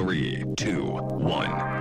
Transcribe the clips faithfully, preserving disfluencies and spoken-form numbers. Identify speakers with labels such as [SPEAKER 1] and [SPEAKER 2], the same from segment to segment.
[SPEAKER 1] três, dois, um.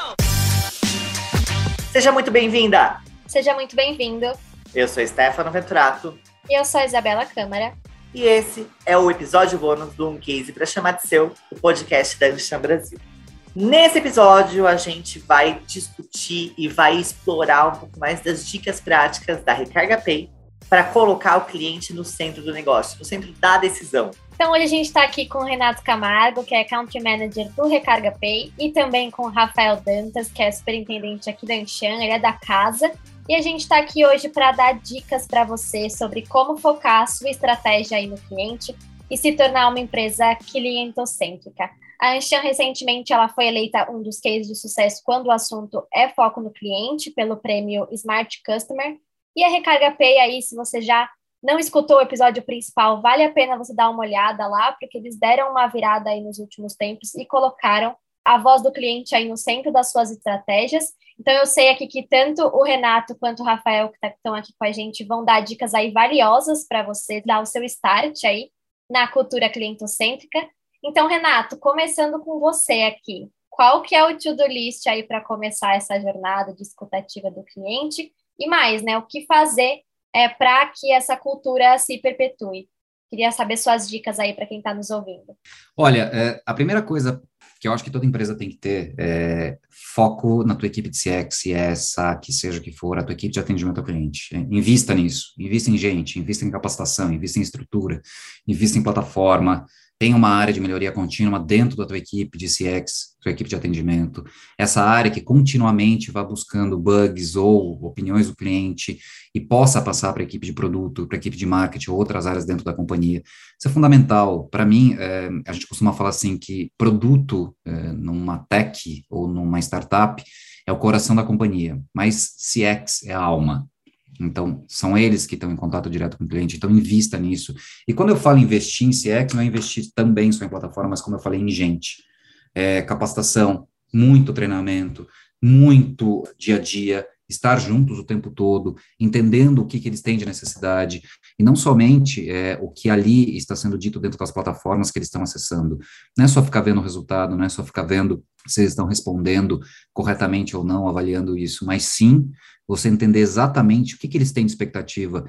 [SPEAKER 2] Seja muito bem-vinda!
[SPEAKER 3] Seja muito bem-vindo.
[SPEAKER 2] Eu sou Stefano Vettrato.
[SPEAKER 3] E eu sou a Isabela Câmara.
[SPEAKER 2] E esse é o episódio bônus do Um Case para Chamar de Seu, o podcast da Anshan Brasil. Nesse episódio, a gente vai discutir e vai explorar um pouco mais das dicas práticas da Recarga Pay para colocar o cliente no centro do negócio, no centro da decisão.
[SPEAKER 3] Então, hoje a gente está aqui com o Renato Camargo, que é Country Manager do Recarga Pay, e também com o Rafael Dantas, que é superintendente aqui da Anshan, ele é da casa. E a gente está aqui hoje para dar dicas para você sobre como focar a sua estratégia aí no cliente e se tornar uma empresa clientocêntrica. A Anshan, recentemente, ela foi eleita um dos cases de sucesso quando o assunto é foco no cliente, pelo prêmio Smart Customer. E a Recarga Pay aí, se você já não escutou o episódio principal, vale a pena você dar uma olhada lá, porque eles deram uma virada aí nos últimos tempos e colocaram a voz do cliente aí no centro das suas estratégias. Então, eu sei aqui que tanto o Renato quanto o Rafael, que estão aqui com a gente, vão dar dicas aí valiosas para você dar o seu start aí na cultura clientocêntrica. Então, Renato, começando com você aqui, qual que é o to-do list aí para começar essa jornada de escutativa do cliente? E mais, né, o que fazer é, para que essa cultura se perpetue? Queria saber suas dicas aí para quem está nos ouvindo.
[SPEAKER 4] Olha, é, a primeira coisa que eu acho que toda empresa tem que ter é foco na tua equipe de C X, C S, S A C, seja o que for, a tua equipe de atendimento ao cliente. Invista nisso, invista em gente, invista em capacitação, invista em estrutura, invista em plataforma, tenha uma área de melhoria contínua dentro da tua equipe de C X, tua equipe de atendimento, essa área que continuamente vá buscando bugs ou opiniões do cliente e possa passar para a equipe de produto, para a equipe de marketing ou outras áreas dentro da companhia. Isso é fundamental. Para mim, é, a gente costuma falar assim que produto é, numa tech ou numa startup é o coração da companhia, mas C X é a alma. Então, são eles que estão em contato direto com o cliente, então invista nisso. E quando eu falo investir em C X, não é investir também só em plataforma, mas como eu falei, em gente. É, capacitação, muito treinamento, muito dia a dia, estar juntos o tempo todo, entendendo o que, que eles têm de necessidade, e não somente é, o que ali está sendo dito dentro das plataformas que eles estão acessando. Não é só ficar vendo o resultado, não é só ficar vendo se eles estão respondendo corretamente ou não, avaliando isso, mas sim você entender exatamente o que, que eles têm de expectativa.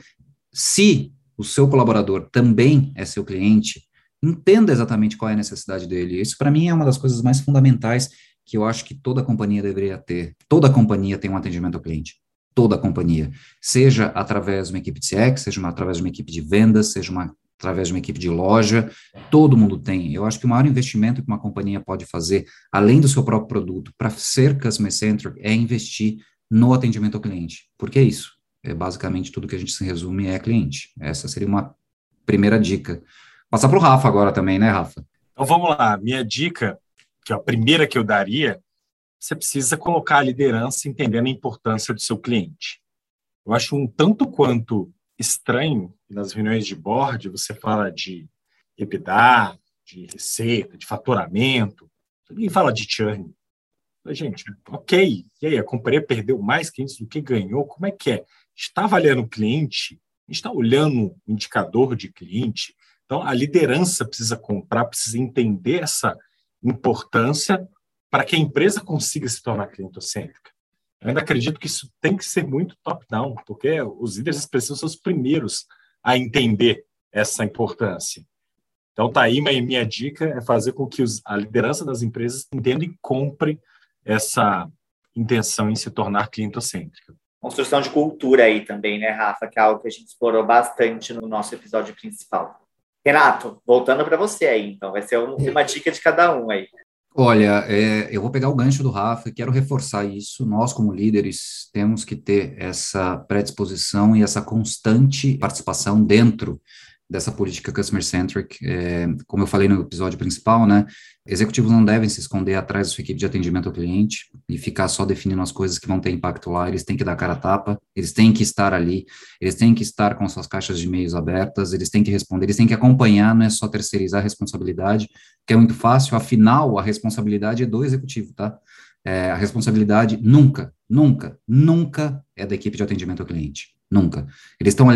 [SPEAKER 4] Se o seu colaborador também é seu cliente, entenda exatamente qual é a necessidade dele. Isso, para mim, é uma das coisas mais fundamentais que eu acho que toda companhia deveria ter. Toda companhia tem um atendimento ao cliente. Toda companhia. Seja através de uma equipe de C X, seja uma, através de uma equipe de vendas, seja uma, através de uma equipe de loja, todo mundo tem. Eu acho que o maior investimento que uma companhia pode fazer, além do seu próprio produto, para ser customer-centric, é investir no atendimento ao cliente. Porque é isso. É basicamente tudo que a gente se resume é cliente. Essa seria uma primeira dica. Passar para o Rafa agora também, né, Rafa?
[SPEAKER 5] Então vamos lá. Minha dica, que é a primeira que eu daria, você precisa colocar a liderança entendendo a importância do seu cliente. Eu acho um tanto quanto estranho que nas reuniões de board você fala de EBITDA, de receita, de faturamento, ninguém fala de churn. Gente, ok, e aí, a companhia perdeu mais clientes do que ganhou, como é que é? A gente está avaliando o cliente, a gente está olhando o indicador de cliente, então a liderança precisa comprar, precisa entender essa importância para que a empresa consiga se tornar clientocêntrica. Eu ainda acredito que isso tem que ser muito top-down, porque os líderes precisam ser os primeiros a entender essa importância. Então, tá aí, minha, minha dica é fazer com que os, a liderança das empresas entenda e compre essa intenção em se tornar clientocêntrica.
[SPEAKER 2] Construção de cultura aí também, né, Rafa? Que é algo que a gente explorou bastante no nosso episódio principal. Renato, voltando para você aí, então, vai ser uma dica de cada um aí.
[SPEAKER 4] Olha, é, eu vou pegar o gancho do Rafa e quero reforçar isso. Nós, como líderes, temos que ter essa predisposição e essa constante participação dentro dessa política customer-centric. É, como eu falei no episódio principal, né, executivos não devem se esconder atrás da sua equipe de atendimento ao cliente e ficar só definindo as coisas que vão ter impacto lá. Eles têm que dar cara a tapa, eles têm que estar ali, eles têm que estar com suas caixas de e-mails abertas, eles têm que responder, eles têm que acompanhar, não é só terceirizar a responsabilidade, que é muito fácil. Afinal, a responsabilidade é do executivo, tá? É, a responsabilidade nunca, nunca, nunca é da equipe de atendimento ao cliente. Nunca. Eles estão ali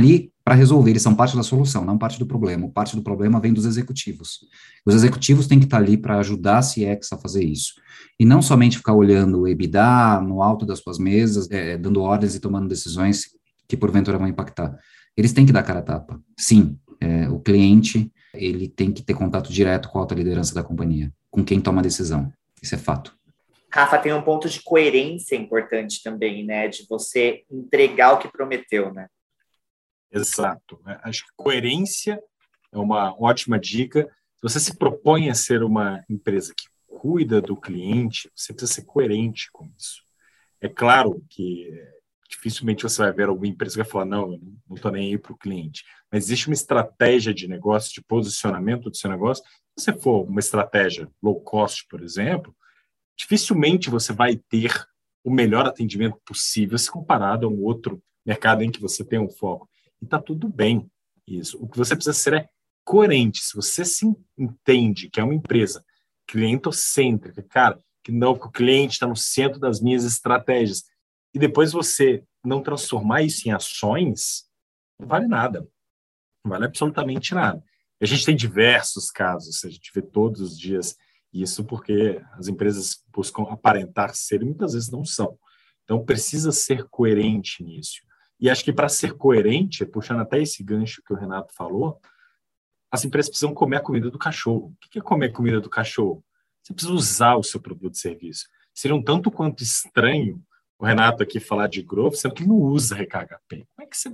[SPEAKER 4] para resolver, eles são parte da solução, não parte do problema. Parte do problema vem dos executivos. Os executivos têm que estar ali para ajudar a C X a fazer isso. E não somente ficar olhando o EBITDA no alto das suas mesas, é, dando ordens e tomando decisões que porventura vão impactar. Eles têm que dar cara a tapa. Sim, é, o cliente, ele tem que ter contato direto com a alta liderança da companhia, com quem toma a decisão. Isso é fato.
[SPEAKER 2] Rafa, tem um ponto de coerência importante também, né? De você entregar o que prometeu, né?
[SPEAKER 5] Exato. Acho que coerência é uma ótima dica. Se você se propõe a ser uma empresa que cuida do cliente, você precisa ser coerente com isso. É claro que dificilmente você vai ver alguma empresa que vai falar, não, eu não estou nem aí para o cliente. Mas existe uma estratégia de negócio, de posicionamento do seu negócio. Se você for uma estratégia low cost, por exemplo, dificilmente você vai ter o melhor atendimento possível se comparado a um outro mercado em que você tem um foco. E está tudo bem isso. O que você precisa ser é coerente. Se você se entende que é uma empresa clientocêntrica, cara, que não, que o cliente está no centro das minhas estratégias, e depois você não transformar isso em ações, não vale nada. Não vale absolutamente nada. E a gente tem diversos casos, a gente vê todos os dias isso porque as empresas buscam aparentar ser e muitas vezes não são. Então, precisa ser coerente nisso. E acho que para ser coerente, puxando até esse gancho que o Renato falou, as empresas precisam comer a comida do cachorro. O que é comer a comida do cachorro? Você precisa usar o seu produto e serviço. Seria um tanto quanto estranho o Renato aqui falar de growth, sendo que ele não usa Recarga Pay. Como é que você...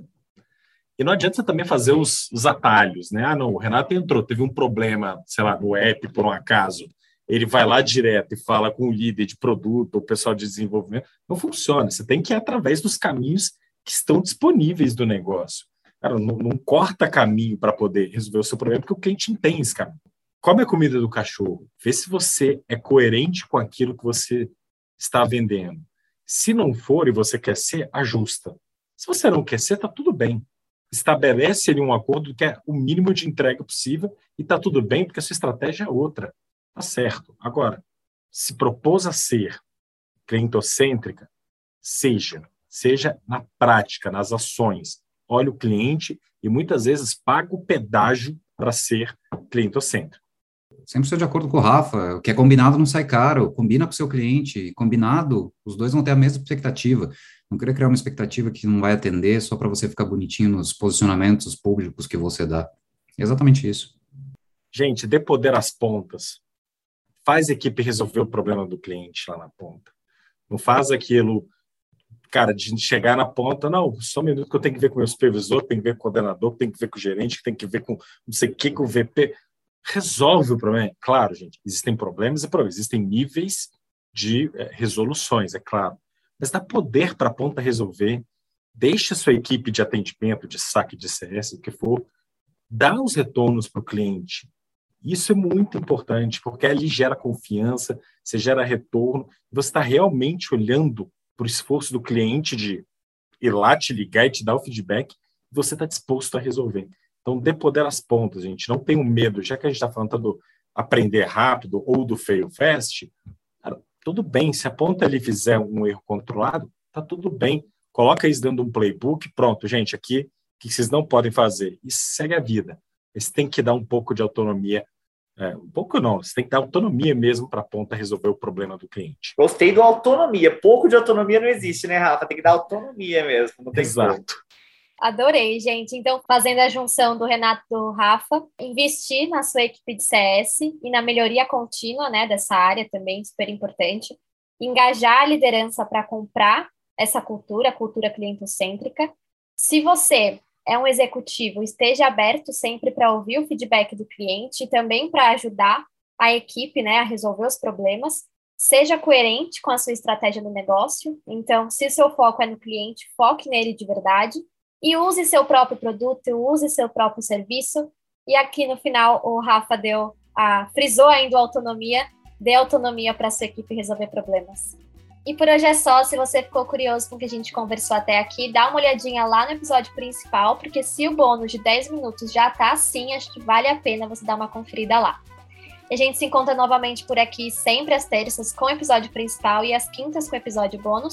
[SPEAKER 5] E não adianta você também fazer os, os atalhos, né? Ah, não, o Renato entrou, teve um problema, sei lá, no app, por um acaso. Ele vai lá direto e fala com o líder de produto, ou o pessoal de desenvolvimento. Não funciona. Você tem que ir através dos caminhos que estão disponíveis do negócio. Cara, não, não corta caminho para poder resolver o seu problema, porque o cliente não tem esse caminho. Come a comida do cachorro. Vê se você é coerente com aquilo que você está vendendo. Se não for e você quer ser, ajusta. Se você não quer ser, está tudo bem. Estabelece ali um acordo que é o mínimo de entrega possível e está tudo bem, porque a sua estratégia é outra. Está certo. Agora, se propôs a ser clientocêntrica, seja. Seja na prática, nas ações. Olha o cliente e muitas vezes paga o pedágio para ser clientocêntrico.
[SPEAKER 4] Sempre estou de acordo com o Rafa. O que é combinado não sai caro. Combina com o seu cliente. Combinado, os dois vão ter a mesma expectativa. Não queria criar uma expectativa que não vai atender só para você ficar bonitinho nos posicionamentos públicos que você dá. É exatamente isso.
[SPEAKER 5] Gente, dê poder às pontas. Faz a equipe resolver o problema do cliente lá na ponta. Não faz aquilo... Cara, de chegar na ponta, não, só um minuto que eu tenho que ver com o meu supervisor, tem que ver com o coordenador, tem que ver com o gerente, tem que ver com não sei o que, com o V P. Resolve o problema. Claro, gente, existem problemas e problemas, existem níveis de é, resoluções, é claro. Mas dá poder para a ponta resolver, deixa a sua equipe de atendimento, de saque, de C S, o que for, dá os retornos para o cliente. Isso é muito importante, porque ali gera confiança, você gera retorno, você está realmente olhando por esforço do cliente de ir lá te ligar e te dar o feedback, você está disposto a resolver. Então, dê poder às pontas, gente. Não tenham medo. Já que a gente está falando do aprender rápido ou do fail fast, cara, tudo bem. Se a ponta ali fizer um erro controlado, tá tudo bem. Coloca isso dentro de um playbook. Pronto, gente, aqui, o que vocês não podem fazer? E segue a vida. Você tem que dar um pouco de autonomia. É, um pouco não, você tem que dar autonomia mesmo para a ponta resolver o problema do cliente.
[SPEAKER 2] Gostei do autonomia. Pouco de autonomia não existe, né, Rafa? Tem que dar autonomia mesmo. Não tem
[SPEAKER 5] Exato.
[SPEAKER 2] Como.
[SPEAKER 3] Adorei, gente. Então, fazendo a junção do Renato e do Rafa, investir na sua equipe de C S e na melhoria contínua, né, dessa área também, super importante. Engajar a liderança para comprar essa cultura, a cultura clientocêntrica. Se você é um executivo, esteja aberto sempre para ouvir o feedback do cliente e também para ajudar a equipe, né, a resolver os problemas. Seja coerente com a sua estratégia do negócio. Então, se o seu foco é no cliente, foque nele de verdade e use seu próprio produto, use seu próprio serviço. E aqui no final o Rafa deu a, frisou ainda a autonomia, dê autonomia para a sua equipe resolver problemas. E por hoje é só. Se você ficou curioso com o que a gente conversou até aqui, dá uma olhadinha lá no episódio principal, porque se o bônus de dez minutos já tá assim, acho que vale a pena você dar uma conferida lá. A gente se encontra novamente por aqui, sempre às terças com o episódio principal e às quintas com o episódio bônus.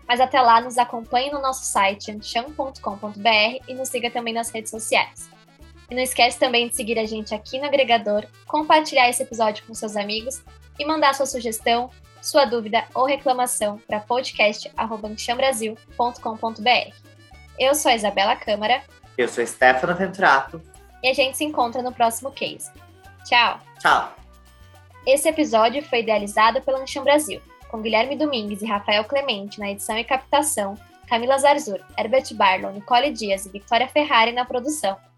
[SPEAKER 3] Mas até lá, nos acompanhe no nosso site anshan ponto com ponto b r e nos siga também nas redes sociais. E não esquece também de seguir a gente aqui no agregador, compartilhar esse episódio com seus amigos e mandar sua sugestão, sua dúvida ou reclamação para podcast arroba anshan brasil ponto com ponto b r. Eu sou a Isabela Câmara.
[SPEAKER 2] Eu sou a Stefano Venturato.
[SPEAKER 3] E a gente se encontra no próximo case. Tchau!
[SPEAKER 2] Tchau!
[SPEAKER 3] Esse episódio foi idealizado pela Anshan Brasil, com Guilherme Domingues e Rafael Clemente na edição e captação, Camila Zarzur, Herbert Barlow, Nicole Dias e Victoria Ferrari na produção.